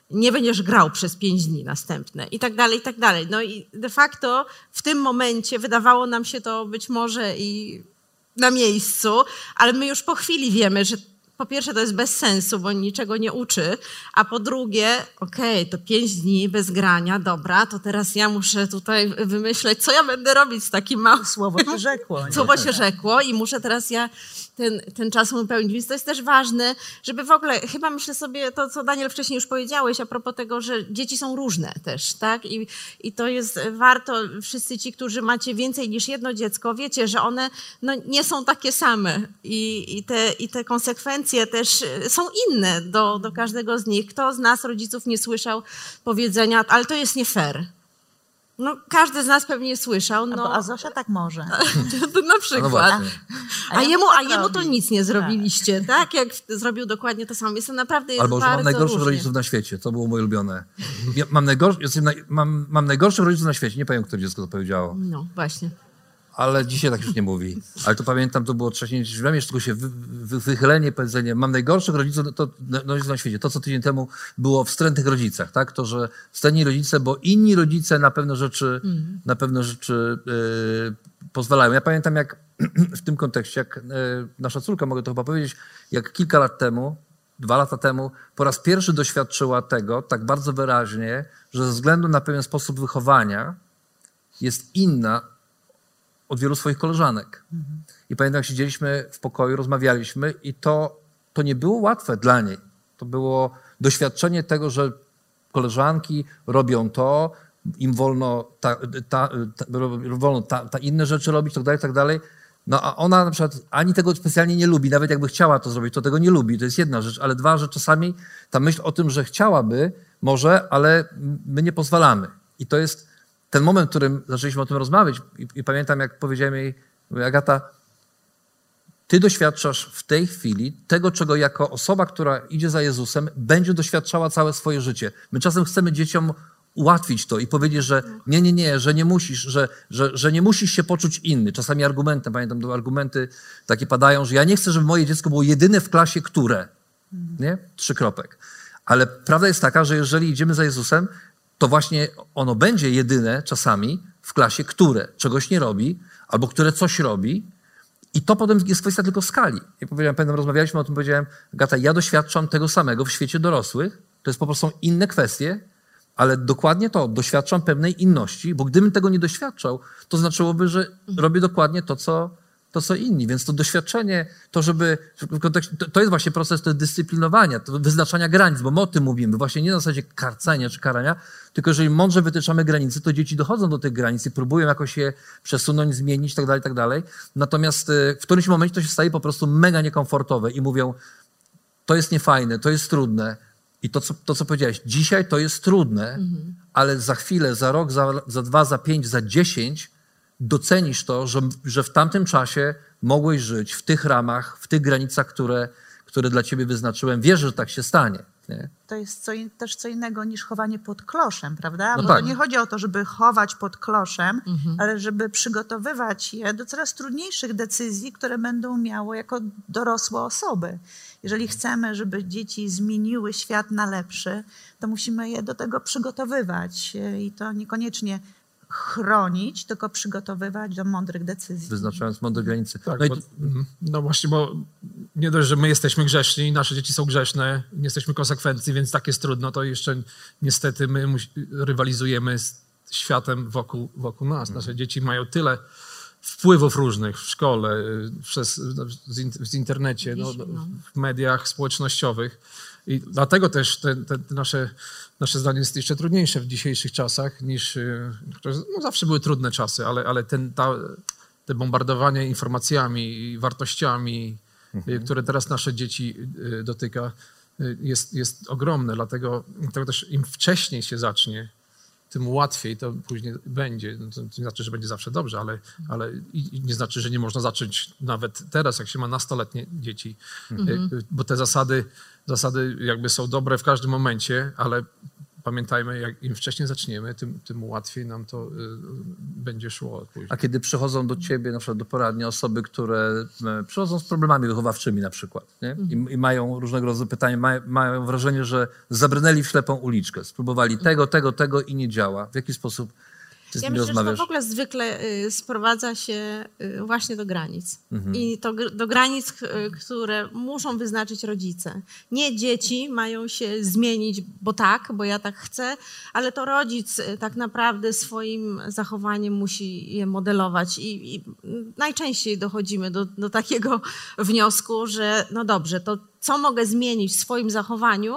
nie będziesz grał przez 5 dni następne i tak dalej, i tak dalej. No i de facto w tym momencie wydawało nam się to być może i na miejscu, ale my już po chwili wiemy, że po pierwsze to jest bez sensu, bo niczego nie uczy, a po drugie, to 5 dni bez grania, dobra, to teraz ja muszę tutaj wymyśleć, co ja będę robić z takim małym... Słowo się rzekło. Nie? Słowo się rzekło i muszę teraz ja ten czas wypełnić. Więc to jest też ważne, żeby w ogóle, chyba myślę sobie to, co Daniel wcześniej już powiedziałeś a propos tego, że dzieci są różne też, tak? I to jest warto, wszyscy ci, którzy macie więcej niż jedno dziecko, wiecie, że one nie są takie same i te konsekwencje też są inne do każdego z nich. Kto z nas, rodziców, nie słyszał powiedzenia, ale to jest nie fair. No, każdy z nas pewnie słyszał. A Zosia tak może. To na przykład. A jemu to nic nie zrobiliście, tak? Jak zrobił dokładnie to samo. Jestem naprawdę jest Albo, że bardzo mam najgorszych różnie. rodziców na świecie. To było moje ulubione. Ja mam najgorszych rodziców na świecie. Nie pamiętam, które dziecko to powiedziało. No, właśnie. Ale dzisiaj tak już nie mówi. Ale to pamiętam, to było trzaśnięcie drzwiami, jeszcze tylko się wychylenie, powiedzenie, mam najgorszych rodziców na świecie. To, co tydzień temu było w wstrętnych rodzicach, tak? To, że wstrętni rodzice, bo inni rodzice na pewne rzeczy pozwalają. Ja pamiętam, jak w tym kontekście, jak nasza córka, mogę to chyba powiedzieć, jak kilka lat temu, 2 lata temu, po raz pierwszy doświadczyła tego tak bardzo wyraźnie, że ze względu na pewien sposób wychowania jest inna od wielu swoich koleżanek. I pamiętam, jak siedzieliśmy w pokoju, rozmawialiśmy i to nie było łatwe dla niej. To było doświadczenie tego, że koleżanki robią to, im wolno inne rzeczy robić, tak dalej. No a ona na przykład ani tego specjalnie nie lubi, nawet jakby chciała to zrobić, to tego nie lubi. To jest jedna rzecz, ale 2, że czasami ta myśl o tym, że chciałaby, może, ale my nie pozwalamy. I to jest ten moment, w którym zaczęliśmy o tym rozmawiać i pamiętam, jak powiedziałem jej, mówię, Agata, ty doświadczasz w tej chwili tego, czego jako osoba, która idzie za Jezusem, będzie doświadczała całe swoje życie. My czasem chcemy dzieciom ułatwić to i powiedzieć, że nie, że nie musisz, że nie musisz się poczuć inny. Czasami argumentem, pamiętam, argumenty takie padają, że ja nie chcę, żeby moje dziecko było jedyne w klasie, które, nie? 3 kropek. Ale prawda jest taka, że jeżeli idziemy za Jezusem, to właśnie ono będzie jedyne czasami w klasie, które czegoś nie robi, albo które coś robi i to potem jest kwestia tylko skali. I pamiętam, rozmawialiśmy o tym, powiedziałem, Agata, ja doświadczam tego samego w świecie dorosłych, to jest po prostu inne kwestie, ale dokładnie to, doświadczam pewnej inności, bo gdybym tego nie doświadczał, to znaczyłoby, że robię dokładnie to, co inni. Więc to doświadczenie, to jest właśnie proces dyscyplinowania, to wyznaczania granic, bo my o tym mówimy, właśnie nie na zasadzie karcenia czy karania, tylko jeżeli mądrze wytyczamy granice, to dzieci dochodzą do tych granic i próbują jakoś je przesunąć, zmienić, tak dalej. Natomiast w którymś momencie to się staje po prostu mega niekomfortowe i mówią, to jest niefajne, to jest trudne. I to, co powiedziałeś, dzisiaj to jest trudne, ale za chwilę, za rok, za 2, za 5, za 10 docenisz to, że w tamtym czasie mogłeś żyć w tych ramach, w tych granicach, które dla ciebie wyznaczyłem. Wierzę, że tak się stanie. Nie? To jest też co innego niż chowanie pod kloszem, prawda? No Bo tak. to nie chodzi o to, żeby chować pod kloszem, ale żeby przygotowywać je do coraz trudniejszych decyzji, które będą miały jako dorosłe osoby. Jeżeli chcemy, żeby dzieci zmieniły świat na lepszy, to musimy je do tego przygotowywać i to niekoniecznie chronić, tylko przygotowywać do mądrych decyzji. Wyznaczając mądre granice. Tak, No właśnie, bo nie dość, że my jesteśmy grzeszni, nasze dzieci są grzeszne, nie jesteśmy konsekwencji, więc tak jest trudno, to jeszcze niestety my rywalizujemy z światem wokół nas. Nasze dzieci mają tyle wpływów różnych w szkole, w internecie, w mediach społecznościowych. I dlatego też te nasze zdanie jest jeszcze trudniejsze w dzisiejszych czasach niż... zawsze były trudne czasy, ale te bombardowanie informacjami i wartościami, które teraz nasze dzieci dotyka, jest ogromne. Dlatego też im wcześniej się zacznie, tym łatwiej to później będzie. To nie znaczy, że będzie zawsze dobrze, ale nie znaczy, że nie można zacząć nawet teraz, jak się ma nastoletnie dzieci. Bo te zasady jakby są dobre w każdym momencie, ale pamiętajmy, im wcześniej zaczniemy, tym łatwiej nam to będzie szło później. A kiedy przychodzą do ciebie, na przykład do poradni, osoby, które przychodzą z problemami wychowawczymi na przykład, nie? I mają różnego rodzaju pytania, mają wrażenie, że zabrnęli w ślepą uliczkę, spróbowali tego i nie działa. W jaki sposób ty z Ja nimi myślę, że to rozmawiasz? w ogóle zwykle sprowadza się właśnie do granic. I to do granic, które muszą wyznaczyć rodzice. Nie dzieci mają się zmienić, bo ja tak chcę, ale to rodzic tak naprawdę swoim zachowaniem musi je modelować. I najczęściej dochodzimy do takiego wniosku, że no dobrze, to co mogę zmienić w swoim zachowaniu,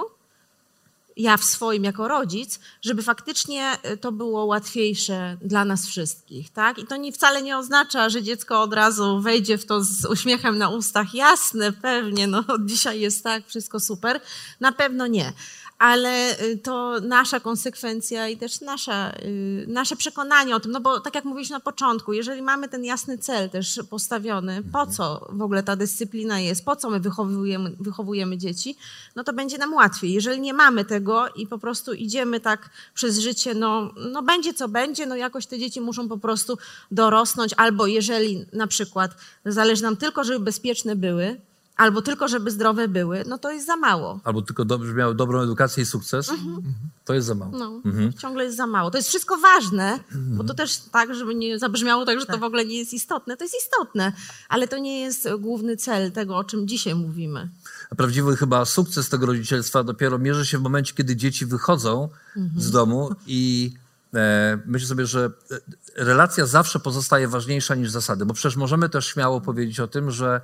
ja w swoim jako rodzic, żeby faktycznie to było łatwiejsze dla nas wszystkich, tak? I to wcale nie oznacza, że dziecko od razu wejdzie w to z uśmiechem na ustach. Jasne, pewnie, no dzisiaj jest tak, wszystko super. Na pewno nie. Ale to nasza konsekwencja i też nasze przekonanie o tym, no bo tak jak mówiliśmy na początku, jeżeli mamy ten jasny cel też postawiony, po co w ogóle ta dyscyplina jest, po co my wychowujemy dzieci, no to będzie nam łatwiej. Jeżeli nie mamy tego i po prostu idziemy tak przez życie, no będzie co będzie, no jakoś te dzieci muszą po prostu dorosnąć, albo jeżeli na przykład zależy nam tylko, żeby bezpieczne były, albo tylko, żeby zdrowe były, no to jest za mało. Albo tylko żeby miały dobrą edukację i sukces, to jest za mało. No, ciągle jest za mało. To jest wszystko ważne, bo to też tak, żeby nie zabrzmiało tak, że to w ogóle nie jest istotne. To jest istotne, ale to nie jest główny cel tego, o czym dzisiaj mówimy. A prawdziwy chyba sukces tego rodzicielstwa dopiero mierzy się w momencie, kiedy dzieci wychodzą z domu i myślę sobie, że relacja zawsze pozostaje ważniejsza niż zasady, bo przecież możemy też śmiało powiedzieć o tym, że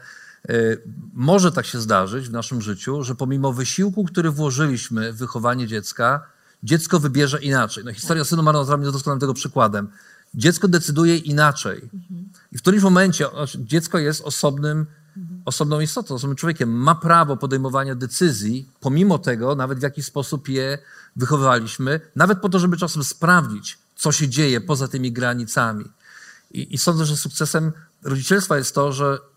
może tak się zdarzyć w naszym życiu, że pomimo wysiłku, który włożyliśmy w wychowanie dziecka, dziecko wybierze inaczej. No, historia synu marnotrawnego jest doskonałym tego przykładem. Dziecko decyduje inaczej. I w którymś momencie dziecko jest osobną istotą, osobnym człowiekiem. Ma prawo podejmowania decyzji, pomimo tego, nawet w jaki sposób je wychowywaliśmy, nawet po to, żeby czasem sprawdzić, co się dzieje poza tymi granicami. I sądzę, że sukcesem rodzicielstwa jest to,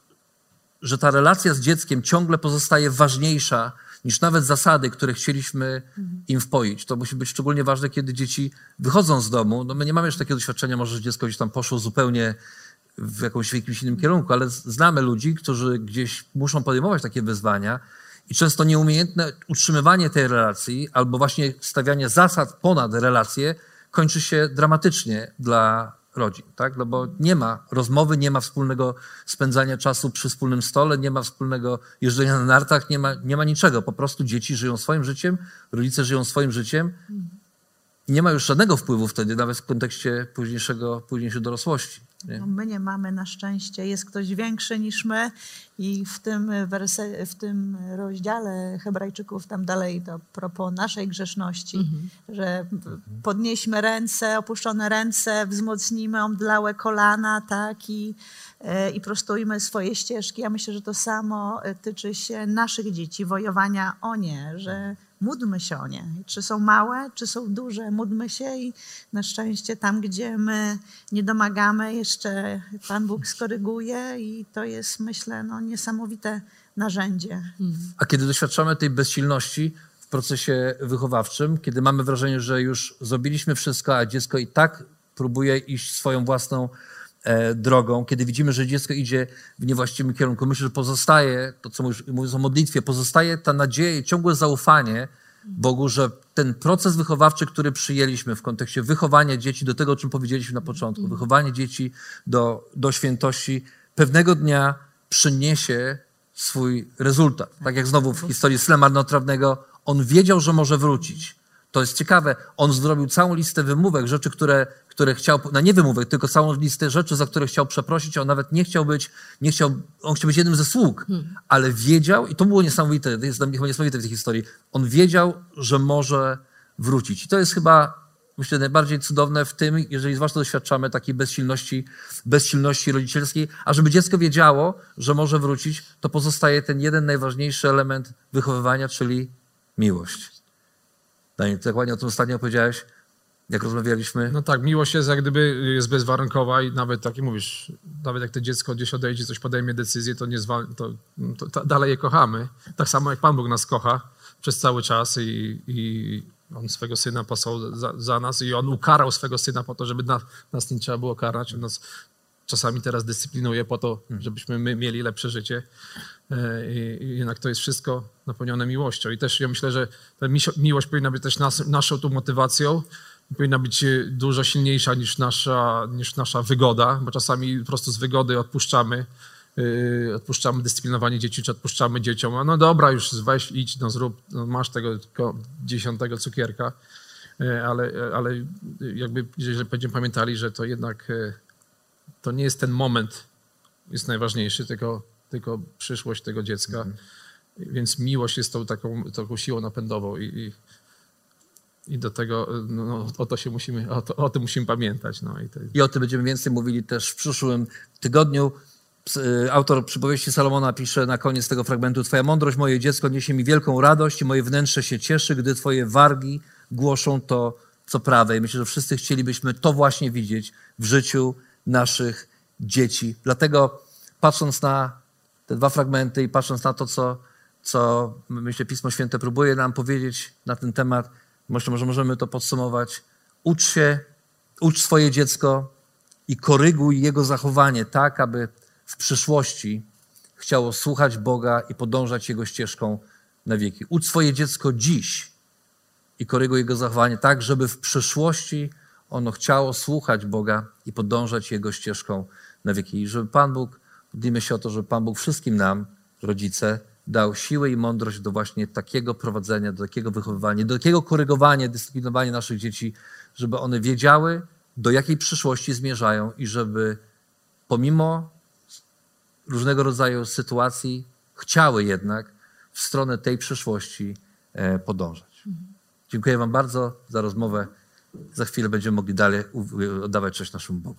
że ta relacja z dzieckiem ciągle pozostaje ważniejsza niż nawet zasady, które chcieliśmy im wpoić. To musi być szczególnie ważne, kiedy dzieci wychodzą z domu. No my nie mamy już takiego doświadczenia, może że dziecko gdzieś tam poszło zupełnie w jakimś innym kierunku, ale znamy ludzi, którzy gdzieś muszą podejmować takie wyzwania i często nieumiejętne utrzymywanie tej relacji albo właśnie stawianie zasad ponad relacje kończy się dramatycznie dla rodzin, tak? No bo nie ma rozmowy, nie ma wspólnego spędzania czasu przy wspólnym stole, nie ma wspólnego jeżdżenia na nartach, nie ma niczego. Po prostu dzieci żyją swoim życiem, rodzice żyją swoim życiem i nie ma już żadnego wpływu wtedy, nawet w kontekście późniejszej dorosłości. Nie? No my nie mamy na szczęście, jest ktoś większy niż my i w tym rozdziale Hebrajczyków tam dalej to propos naszej grzeszności, że podnieśmy ręce, opuszczone ręce, wzmocnijmy omdlałe kolana, tak, i prostujmy swoje ścieżki. Ja myślę, że to samo tyczy się naszych dzieci, wojowania o nie, że módlmy się o nie. Czy są małe, czy są duże, módlmy się i na szczęście tam, gdzie my nie domagamy, jeszcze Pan Bóg skoryguje i to jest, myślę, niesamowite narzędzie. A kiedy doświadczamy tej bezsilności w procesie wychowawczym, kiedy mamy wrażenie, że już zrobiliśmy wszystko, a dziecko i tak próbuje iść swoją własną drogą, kiedy widzimy, że dziecko idzie w niewłaściwym kierunku, myślę, że pozostaje, to co mówiąc o modlitwie, pozostaje ta nadzieja i ciągłe zaufanie Bogu, że ten proces wychowawczy, który przyjęliśmy w kontekście wychowania dzieci do tego, o czym powiedzieliśmy na początku, wychowanie dzieci do świętości, pewnego dnia przyniesie swój rezultat. Tak jak znowu w historii syna marnotrawnego, on wiedział, że może wrócić. To jest ciekawe, on zrobił całą listę wymówek, rzeczy, które chciał, nie wymówek, tylko całą listę rzeczy, za które chciał przeprosić, a on nawet on chciał być jednym ze sług, ale wiedział, i to było niesamowite, to jest dla mnie chyba niesamowite w tej historii, on wiedział, że może wrócić. I to jest chyba, myślę, najbardziej cudowne w tym, jeżeli zwłaszcza doświadczamy takiej bezsilności rodzicielskiej, a żeby dziecko wiedziało, że może wrócić, to pozostaje ten jeden najważniejszy element wychowywania, czyli miłość. Daniel, ty dokładnie o tym ostatnio powiedziałeś, jak rozmawialiśmy. No tak, miłość jest bezwarunkowa i nawet tak jak mówisz, nawet jak to dziecko gdzieś odejdzie, coś podejmie decyzję, to dalej je kochamy. Tak samo jak Pan Bóg nas kocha przez cały czas i On swego Syna posłał za nas i On ukarał swego Syna po to, żeby nas nie trzeba było karać. On nas czasami teraz dyscyplinuje po to, żebyśmy my mieli lepsze życie. I jednak to jest wszystko napełnione miłością. I też ja myślę, że ta miłość powinna być też naszą tu motywacją. Powinna być dużo silniejsza niż nasza wygoda, bo czasami po prostu z wygody odpuszczamy dyscyplinowanie dzieci, czy odpuszczamy dzieciom. No dobra, już weź, idź, no zrób, no masz tego 10 cukierka, ale jakby, jeżeli będziemy pamiętali, że to jednak to nie jest ten moment, jest najważniejszy, tylko przyszłość tego dziecka. Więc miłość jest tą taką siłą napędową i do tego, no, o tym musimy pamiętać. No, I o tym będziemy więcej mówili też w przyszłym tygodniu. Autor Przypowieści Salomona pisze na koniec tego fragmentu: Twoja mądrość, moje dziecko, niesie mi wielką radość i moje wnętrze się cieszy, gdy Twoje wargi głoszą to, co prawe. I myślę, że wszyscy chcielibyśmy to właśnie widzieć w życiu naszych dzieci. Dlatego patrząc na te 2 fragmenty i patrząc na to, co myślę Pismo Święte próbuje nam powiedzieć na ten temat, myślę, że możemy to podsumować. Ucz swoje dziecko i koryguj jego zachowanie tak, aby w przyszłości chciało słuchać Boga i podążać Jego ścieżką na wieki. Ucz swoje dziecko dziś i koryguj jego zachowanie tak, żeby w przyszłości ono chciało słuchać Boga i podążać Jego ścieżką na wieki. I żeby Pan Bóg, modlimy się o to, żeby Pan Bóg wszystkim nam, rodzice, dał siłę i mądrość do właśnie takiego prowadzenia, do takiego wychowywania, do takiego korygowania, dyscyplinowania naszych dzieci, żeby one wiedziały, do jakiej przyszłości zmierzają i żeby pomimo różnego rodzaju sytuacji chciały jednak w stronę tej przyszłości podążać. Dziękuję Wam bardzo za rozmowę. Za chwilę będziemy mogli dalej oddawać cześć naszemu Bogu.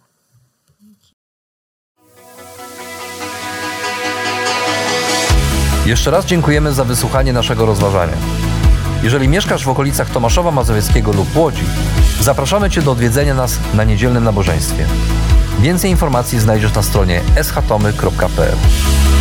Jeszcze raz dziękujemy za wysłuchanie naszego rozważania. Jeżeli mieszkasz w okolicach Tomaszowa Mazowieckiego lub Łodzi, zapraszamy Cię do odwiedzenia nas na niedzielnym nabożeństwie. Więcej informacji znajdziesz na stronie schtomy.pl.